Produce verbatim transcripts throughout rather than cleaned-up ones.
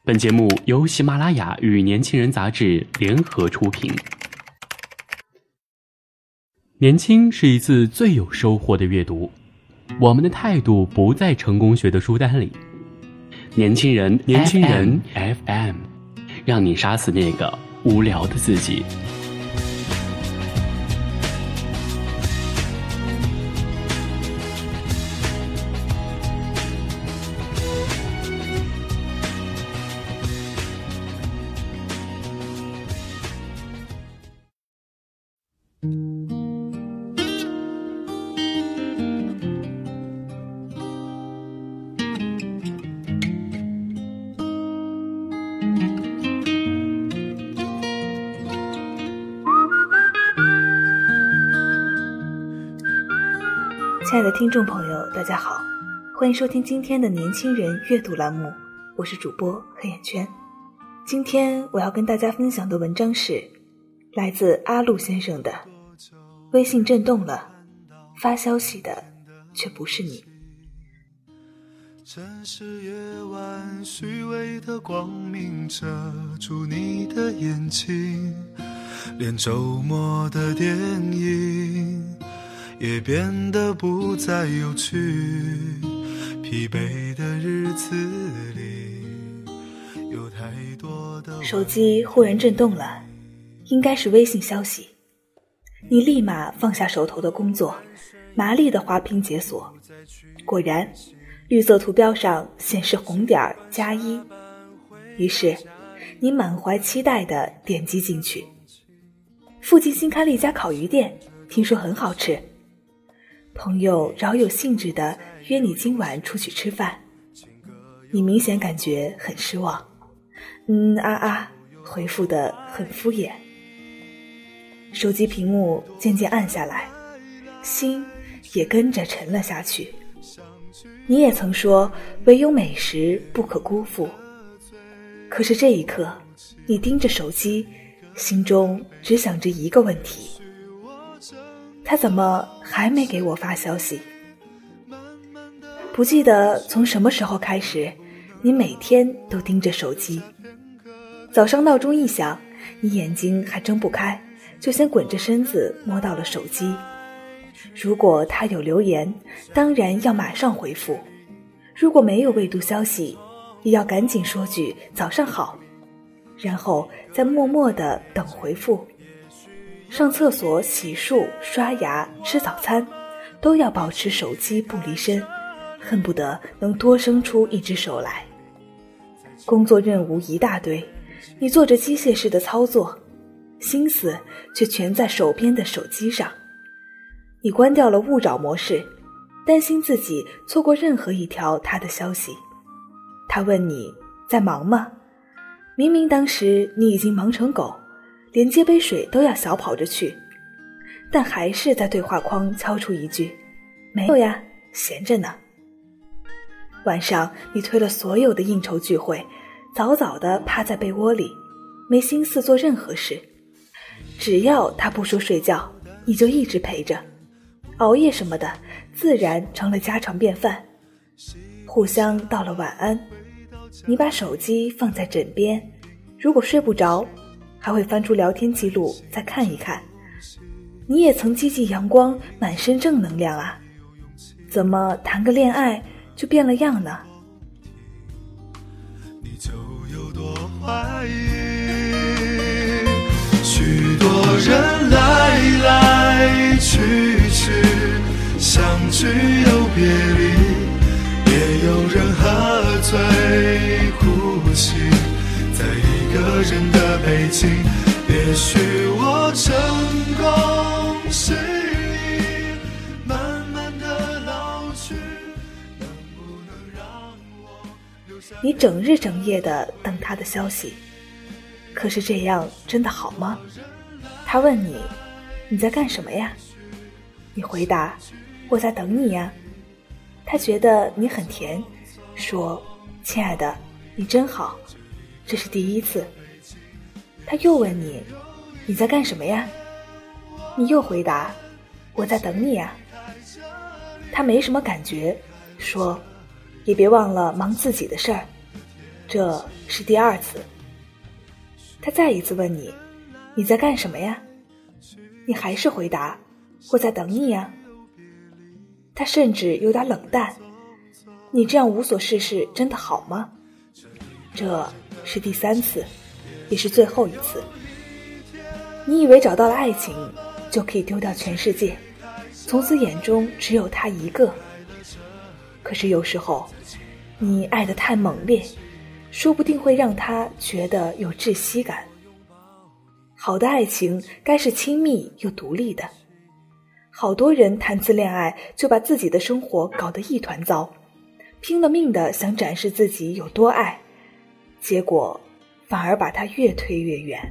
本节目由喜马拉雅与年轻人杂志联合出品。年轻是一次最有收获的阅读，我们的态度不在成功学的书单里。年轻人，年轻人 F M， 让你杀死那个无聊的自己。 亲爱的听众朋友，大家好，欢迎收听今天的年轻人阅读栏目，我是主播黑眼圈。今天我要跟大家分享的文章是来自阿路先生的微信震动了，发消息的却不是你。 城市夜晚虚伪的光明遮住你的眼睛，连周末的电影也变得不再有趣，疲惫的日子里有太多的。 手机忽然震动了，应该是微信消息。你立马放下手头的工作，麻利地滑屏解锁，果然绿色图标上显示红点加一，于是你满怀期待地点击进去。附近新开了一家烤鱼店，听说很好吃。朋友饶有兴致地约你今晚出去吃饭，你明显感觉很失望，嗯啊啊，回复得很敷衍。手机屏幕渐渐暗下来，心也跟着沉了下去。你也曾说唯有美食不可辜负，可是这一刻你盯着手机，心中只想着一个问题，他怎么还没给我发消息？不记得从什么时候开始，你每天都盯着手机。早上闹钟一响，你眼睛还睁不开，就先滚着身子摸到了手机。如果他有留言，当然要马上回复；如果没有未读消息，也要赶紧说句早上好，然后再默默地等回复。上厕所、洗漱、刷牙、吃早餐，都要保持手机不离身，恨不得能多生出一只手来。工作任务一大堆，你做着机械式的操作，心思却全在手边的手机上。你关掉了勿扰模式，担心自己错过任何一条他的消息。他问你在忙吗？明明当时你已经忙成狗，连接杯水都要小跑着去，但还是在对话框敲出一句没有呀，闲着呢。晚上你推了所有的应酬聚会，早早地趴在被窝里，没心思做任何事。只要他不说睡觉，你就一直陪着，熬夜什么的自然成了家常便饭。互相道了晚安，你把手机放在枕边，如果睡不着，还会翻出聊天记录再看一看。你也曾积极阳光，满身正能量啊，怎么谈个恋爱就变了样呢？ 你就有多怀疑，许多人来来去去，相聚又别离，也有人喝醉哭泣，在一个人的北京。也许我成功是你慢慢的老去，能不能让我留下。 你整日整夜的等他的消息，可是这样真的好吗？他问你你在干什么呀？你回答我在等你呀。他觉得你很甜，说亲爱的你真好，这是第一次。他又问你你在干什么呀？你又回答我在等你呀。他没什么感觉，说也别忘了忙自己的事儿。 这是第二次。他再一次问你，你在干什么呀？你还是回答，我在等你呀。他甚至有点冷淡，你这样无所事事真的好吗？这是第三次，也是最后一次。你以为找到了爱情就可以丢掉全世界，从此眼中只有他一个。可是有时候你爱得太猛烈，说不定会让他觉得有窒息感。好的爱情该是亲密又独立的。好多人谈次恋爱就把自己的生活搞得一团糟，拼了命的想展示自己有多爱，结果反而把他越推越远。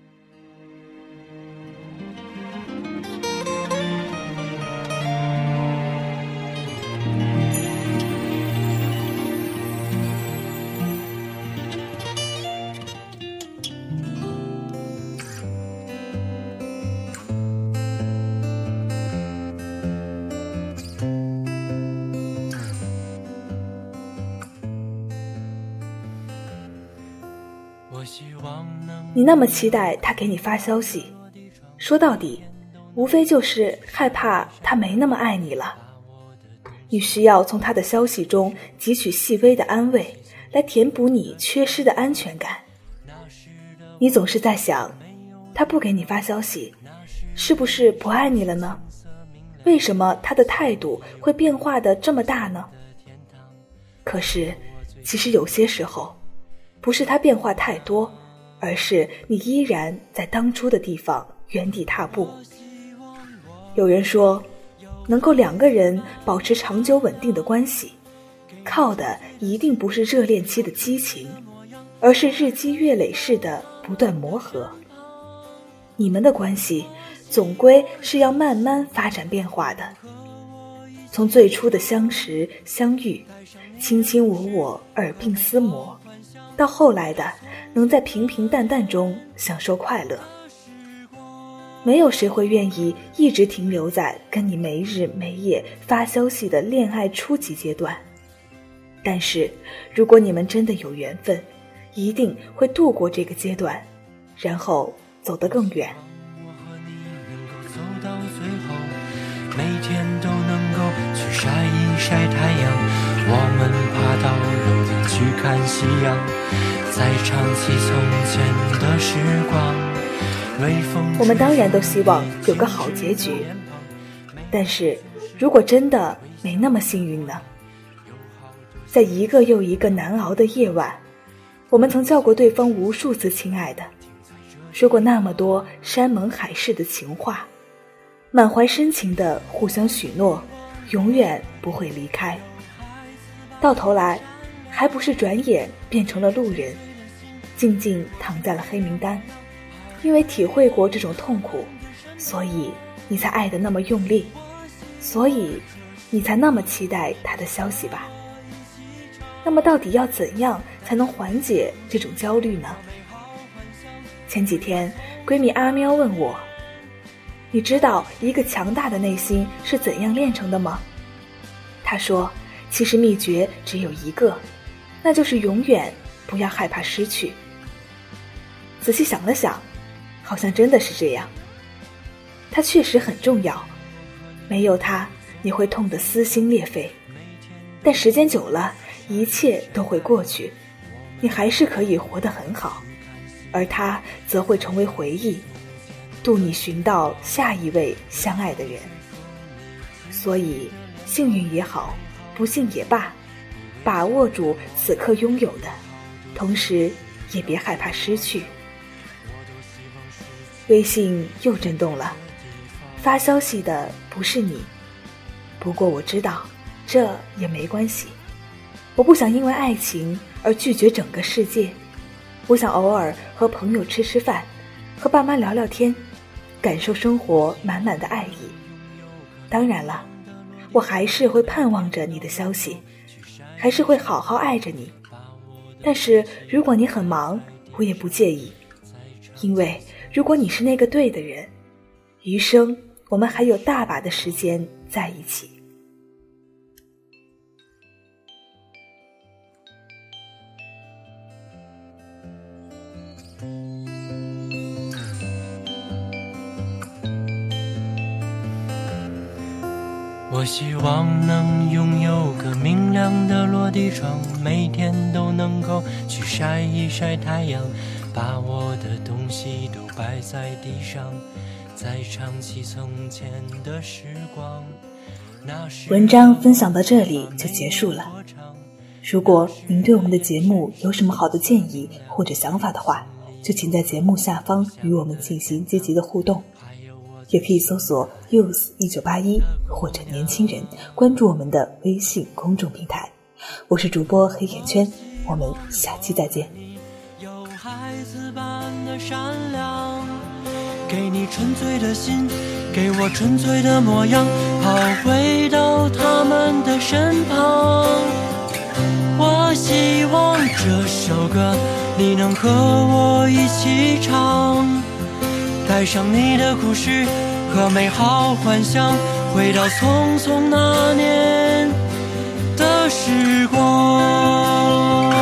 你那么期待他给你发消息，说到底无非就是害怕他没那么爱你了。你需要从他的消息中汲取细微的安慰，来填补你缺失的安全感。你总是在想，他不给你发消息，是不是不爱你了呢？为什么他的态度会变化得这么大呢？可是其实有些时候不是他变化太多，而是你依然在当初的地方原地踏步。有人说，能够两个人保持长久稳定的关系，靠的一定不是热恋期的激情，而是日积月累式的不断磨合。你们的关系总归是要慢慢发展变化的，从最初的相识相遇，卿卿我我耳鬓厮磨，到后来的能在平平淡淡中享受快乐。没有谁会愿意一直停留在跟你没日没夜发消息的恋爱初级阶段，但是如果你们真的有缘分，一定会度过这个阶段，然后走得更远。 我和你能够走到最后，每天都能够去晒一晒太阳，我们爬到楼顶去看夕阳，再唱起从前的时光。 我们当然都希望有个好结局，但是如果真的没那么幸运呢？在一个又一个难熬的夜晚，我们曾叫过对方无数次亲爱的，说过那么多山盟海誓的情话，满怀深情的互相许诺永远不会离开，到头来还不是转眼变成了路人，静静躺在了黑名单。因为体会过这种痛苦，所以你才爱得那么用力，所以你才那么期待他的消息吧。那么到底要怎样才能缓解这种焦虑呢？前几天闺蜜阿喵问我，你知道一个强大的内心是怎样炼成的吗？她说，其实秘诀只有一个，那就是永远不要害怕失去。仔细想了想，好像真的是这样。它确实很重要，没有它你会痛得撕心裂肺，但时间久了一切都会过去，你还是可以活得很好，而它则会成为回忆，渡你寻到下一位相爱的人。所以幸运也好，不幸也罢，把握住此刻拥有的，同时也别害怕失去。微信又震动了，发消息的不是你，不过我知道这也没关系。我不想因为爱情而拒绝整个世界，我想偶尔和朋友吃吃饭，和爸妈聊聊天，感受生活满满的爱意。当然了，我还是会盼望着你的消息，还是会好好爱着你。但是如果你很忙，我也不介意，因为如果你是那个对的人，余生我们还有大把的时间在一起。 我希望能拥有个明亮的落地窗，每天都能够去晒一晒太阳，把我的东西都摆在地上，再唱起从前的时光。 文章分享到这里就结束了。如果您对我们的节目有什么好的建议或者想法的话，就请在节目下方与我们进行积极的互动，也可以搜索 youth 一九八一 或者年轻人，关注我们的微信公众平台。我是主播黑眼圈，我们下期再见。 有孩子般的善良，给你纯粹的心，给我纯粹的模样，好回到他们的身旁。我希望这首歌你能和我一起唱，带上你的故事和美好幻想，回到匆匆那年的时光。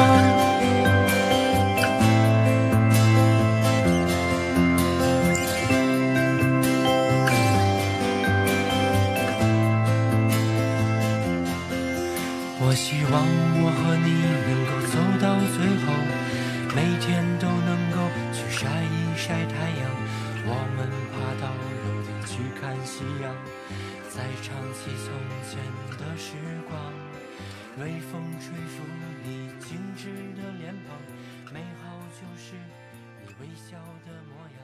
我希望我和你能够走到最后，每天都能够去晒一晒太阳，我们爬到楼顶去看夕阳，再唱起从前的时光。微风吹拂你精致的脸庞，美好就是你微笑的模样。